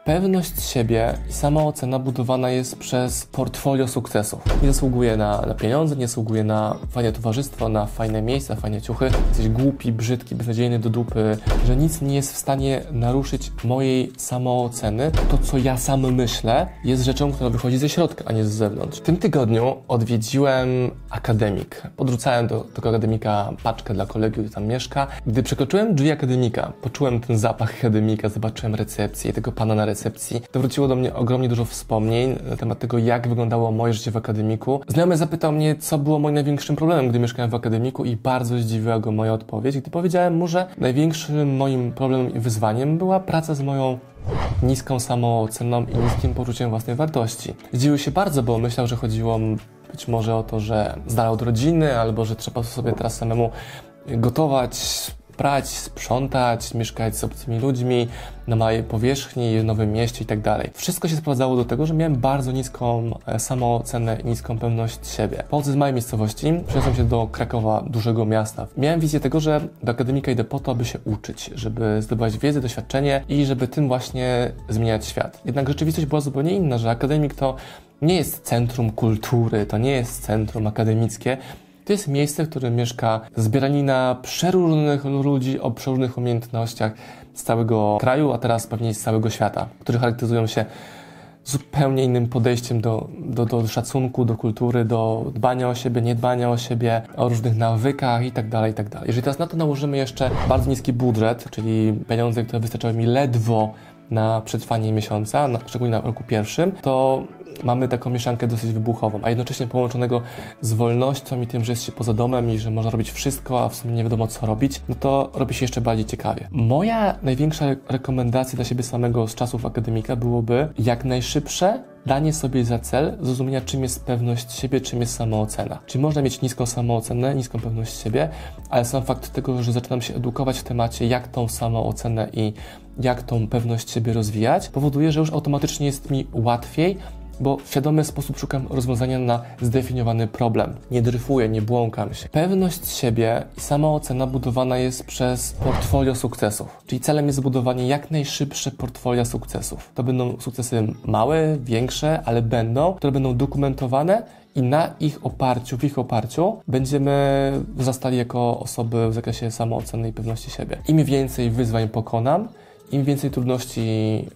Pewność siebie i samoocena budowana jest przez portfolio sukcesów. Nie zasługuje na pieniądze, nie zasługuje na fajne towarzystwo, na fajne miejsca, fajne ciuchy. Jesteś głupi, brzydki, beznadziejny do dupy, że nic nie jest w stanie naruszyć mojej samooceny. To, co ja sam myślę, jest rzeczą, która wychodzi ze środka, a nie z zewnątrz. W tym tygodniu odwiedziłem akademik. Podrzucałem do tego akademika paczkę dla kolegi, który tam mieszka. Gdy przekroczyłem drzwi akademika, poczułem ten zapach akademika, zobaczyłem recepcję, tego pana na recepcji. To wróciło do mnie ogromnie dużo wspomnień na temat tego, jak wyglądało moje życie w akademiku. Znajomy zapytał mnie, co było moim największym problemem, gdy mieszkałem w akademiku, i bardzo zdziwiła go moja odpowiedź, gdy powiedziałem mu, że największym moim problemem i wyzwaniem była praca z moją niską samooceną i niskim poczuciem własnej wartości. Zdziwił się bardzo, bo myślał, że chodziło być może o to, że z dala od rodziny, albo że trzeba sobie teraz samemu gotować, prać, sprzątać, mieszkać z obcymi ludźmi na małej powierzchni, w nowym mieście i tak dalej. Wszystko się sprowadzało do tego, że miałem bardzo niską samoocenę i niską pewność siebie. Pochodzę z małej miejscowości, przeniosłem się do Krakowa, dużego miasta. Miałem wizję tego, że do akademika idę po to, aby się uczyć, żeby zdobywać wiedzę, doświadczenie i żeby tym właśnie zmieniać świat. Jednak rzeczywistość była zupełnie inna, że akademik to nie jest centrum kultury, to nie jest centrum akademickie. To jest miejsce, w którym mieszka zbieranina przeróżnych ludzi o przeróżnych umiejętnościach z całego kraju, a teraz pewnie z całego świata, którzy charakteryzują się zupełnie innym podejściem do szacunku, do kultury, do dbania o siebie, niedbania o siebie, o różnych nawykach i tak dalej, i tak dalej. Jeżeli teraz na to nałożymy jeszcze bardzo niski budżet, czyli pieniądze, które wystarczały mi ledwo na przetrwanie miesiąca, szczególnie na roku pierwszym, to mamy taką mieszankę dosyć wybuchową, a jednocześnie połączonego z wolnością i tym, że jest się poza domem i że można robić wszystko, a w sumie nie wiadomo co robić, no to robi się jeszcze bardziej ciekawie. Moja największa rekomendacja dla siebie samego z czasów akademika byłoby jak najszybsze danie sobie za cel zrozumienia, czym jest pewność siebie, czym jest samoocena. Czyli można mieć niską samoocenę, niską pewność siebie, ale sam fakt tego, że zaczynam się edukować w temacie, jak tą samoocenę i jak tą pewność siebie rozwijać, powoduje, że już automatycznie jest mi łatwiej, bo w świadomy sposób szukam rozwiązania na zdefiniowany problem. Nie dryfuję, nie błąkam się. Pewność siebie i samoocena budowana jest przez portfolio sukcesów. Czyli celem jest zbudowanie jak najszybsze portfolio sukcesów. To będą sukcesy małe, większe, ale które będą dokumentowane i na ich oparciu, w ich oparciu będziemy wzrastali jako osoby w zakresie samooceny i pewności siebie. Im więcej wyzwań pokonam, im więcej trudności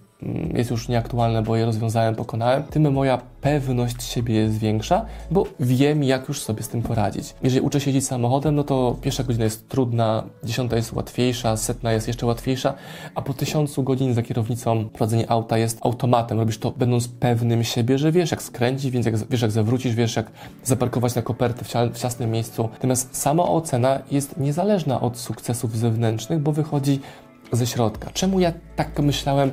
jest już nieaktualne, bo je rozwiązałem, pokonałem, tym moja pewność siebie jest większa, bo wiem, jak już sobie z tym poradzić. Jeżeli uczę się jeździć samochodem, no to pierwsza godzina jest trudna, 10 jest łatwiejsza, 100 jest jeszcze łatwiejsza, a po 1000 godzin za kierownicą prowadzenie auta jest automatem. Robisz to będąc pewnym siebie, że wiesz, jak skręcić, więc wiesz, jak zawrócić, wiesz, jak zaparkować na kopertę w ciasnym miejscu. Natomiast samoocena jest niezależna od sukcesów zewnętrznych, bo wychodzi ze środka. Czemu ja tak myślałem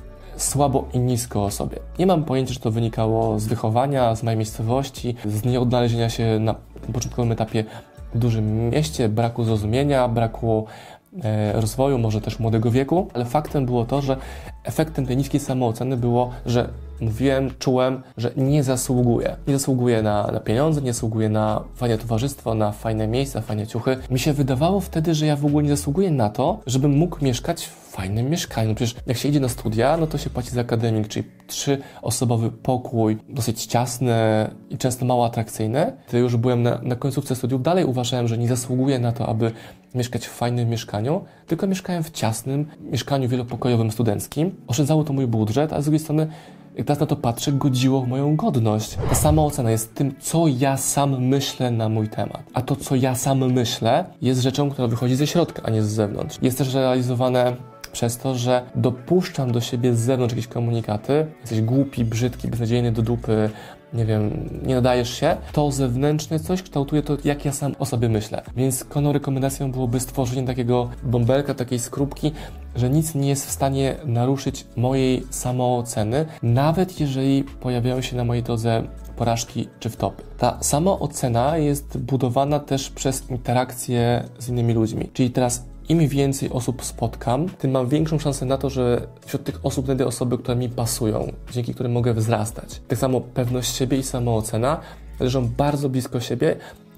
słabo i nisko o sobie? Nie mam pojęcia, czy to wynikało z wychowania, z mojej miejscowości, z nieodnalezienia się na początkowym etapie w dużym mieście, braku zrozumienia, braku rozwoju, może też młodego wieku, ale faktem było to, że efektem tej niskiej samooceny było, że czułem, że nie zasługuję. Nie zasługuję na pieniądze, nie zasługuję na fajne towarzystwo, na fajne miejsca, fajne ciuchy. Mi się wydawało wtedy, że ja w ogóle nie zasługuję na to, żebym mógł mieszkać w fajnym mieszkaniu. No przecież jak się idzie na studia, no to się płaci za akademik, czyli 3-osobowy pokój, dosyć ciasny i często mało atrakcyjny. Gdy już byłem na końcówce studiów, dalej uważałem, że nie zasługuję na to, aby mieszkać w fajnym mieszkaniu, tylko mieszkałem w ciasnym mieszkaniu wielopokojowym studenckim. Oszczędzało to mój budżet, a z drugiej strony, jak teraz na to patrzę, godziło w moją godność. Ta samoocena jest tym, co ja sam myślę na mój temat. A to, co ja sam myślę, jest rzeczą, która wychodzi ze środka, a nie z zewnątrz. Jest też realizowane przez to, że dopuszczam do siebie z zewnątrz jakieś komunikaty. Jesteś głupi, brzydki, beznadziejny do dupy, nie wiem, nie nadajesz się. To zewnętrzne coś kształtuje to, jak ja sam o sobie myślę. Więc rekomendacją byłoby stworzenie takiego bąbelka, takiej skrupki, że nic nie jest w stanie naruszyć mojej samooceny, nawet jeżeli pojawiają się na mojej drodze porażki czy wtopy. Ta samoocena jest budowana też przez interakcje z innymi ludźmi. Czyli teraz im więcej osób spotkam, tym mam większą szansę na to, że wśród tych osób znajdę osoby, które mi pasują, dzięki którym mogę wzrastać. Tak samo pewność siebie i samoocena leżą bardzo blisko siebie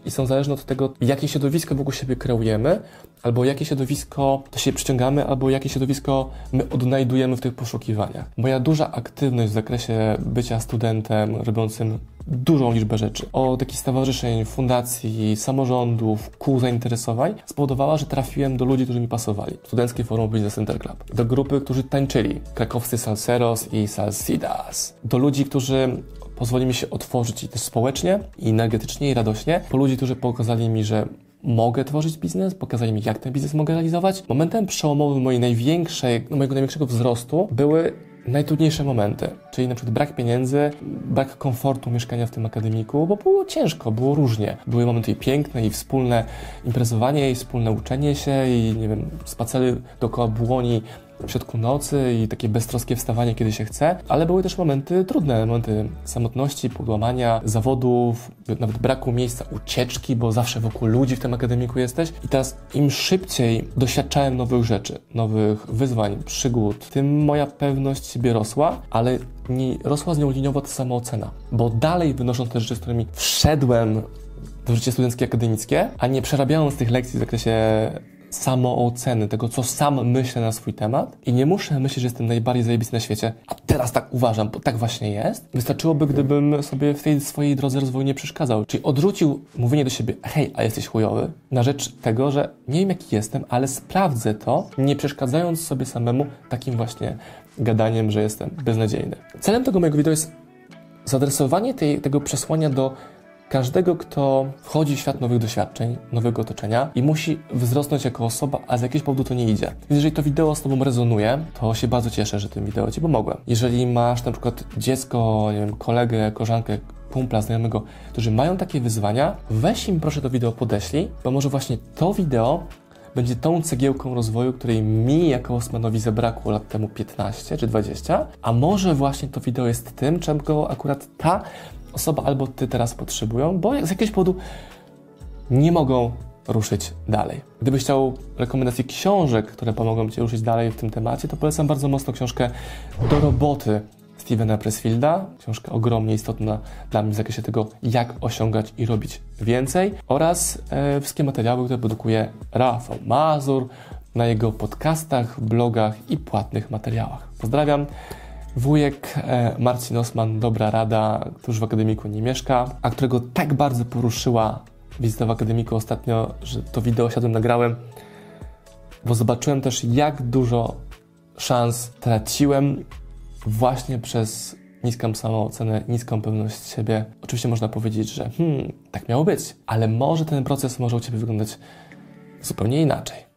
i są zależne od tego, jakie środowisko wokół siebie kreujemy, albo jakie środowisko do siebie przyciągamy, albo jakie środowisko my odnajdujemy w tych poszukiwaniach. Moja duża aktywność w zakresie bycia studentem, robiącym dużą liczbę rzeczy, od takich stowarzyszeń, fundacji, samorządów, kół zainteresowań, spowodowała, że trafiłem do ludzi, którzy mi pasowali. Studenckie Forum Business Center Club. Do grupy, którzy tańczyli. Krakowscy Salseros i Salsidas. Do ludzi, którzy pozwolili mi się otworzyć i też społecznie, i energetycznie, i radośnie. Po ludzi, którzy pokazali mi, że mogę tworzyć biznes, pokazali mi, jak ten biznes mogę realizować. Momentem przełomowym mojego największego wzrostu były najtrudniejsze momenty, czyli na przykład brak pieniędzy, brak komfortu mieszkania w tym akademiku, bo było ciężko, było różnie. Były momenty i piękne, i wspólne imprezowanie, i wspólne uczenie się, i nie wiem, spacery dookoła Błoni w środku nocy i takie beztroskie wstawanie, kiedy się chce, ale były też momenty trudne, momenty samotności, podłamania, zawodów, nawet braku miejsca, ucieczki, bo zawsze wokół ludzi w tym akademiku jesteś. I teraz im szybciej doświadczałem nowych rzeczy, nowych wyzwań, przygód, tym moja pewność siebie rosła, ale nie rosła z nią liniowo ta samoocena, bo dalej wynosząc te rzeczy, z którymi wszedłem do życia studenckie, akademickie, a nie przerabiając tych lekcji w zakresie samooceny, tego, co sam myślę na swój temat i nie muszę myśleć, że jestem najbardziej zajebisty na świecie, a teraz tak uważam, bo tak właśnie jest. Wystarczyłoby, gdybym sobie w tej swojej drodze rozwoju nie przeszkadzał. Czyli odrzucił mówienie do siebie, hej, a jesteś chujowy, na rzecz tego, że nie wiem, jaki jestem, ale sprawdzę to, nie przeszkadzając sobie samemu takim właśnie gadaniem, że jestem beznadziejny. Celem tego mojego wideo jest zaadresowanie tego przesłania do każdego, kto wchodzi w świat nowych doświadczeń, nowego otoczenia i musi wzrosnąć jako osoba, a z jakiegoś powodu to nie idzie. Więc jeżeli to wideo z Tobą rezonuje, to się bardzo cieszę, że tym wideo Ci pomogłem. Jeżeli masz na przykład dziecko, nie wiem, kolegę, koleżankę, kumpla, znajomego, którzy mają takie wyzwania, weź im proszę to wideo podeślij, bo może właśnie to wideo będzie tą cegiełką rozwoju, której mi jako Osmanowi zabrakło lat temu 15 czy 20, a może właśnie to wideo jest tym, czego akurat ta osoba albo Ty teraz potrzebują, bo z jakiegoś powodu nie mogą ruszyć dalej. Gdybyś chciał rekomendacji książek, które pomogą Ci ruszyć dalej w tym temacie, to polecam bardzo mocno książkę Do roboty Stevena Pressfielda. Książka ogromnie istotna dla mnie w zakresie tego, jak osiągać i robić więcej, oraz wszystkie materiały, które produkuje Rafał Mazur na jego podcastach, blogach i płatnych materiałach. Pozdrawiam. Wujek Marcin Osman, dobra rada, który w akademiku nie mieszka, a którego tak bardzo poruszyła wizyta w akademiku ostatnio, że to wideo nagrałem, bo zobaczyłem też, jak dużo szans traciłem właśnie przez niską samoocenę, niską pewność siebie. Oczywiście można powiedzieć, że tak miało być, ale może ten proces może u Ciebie wyglądać zupełnie inaczej.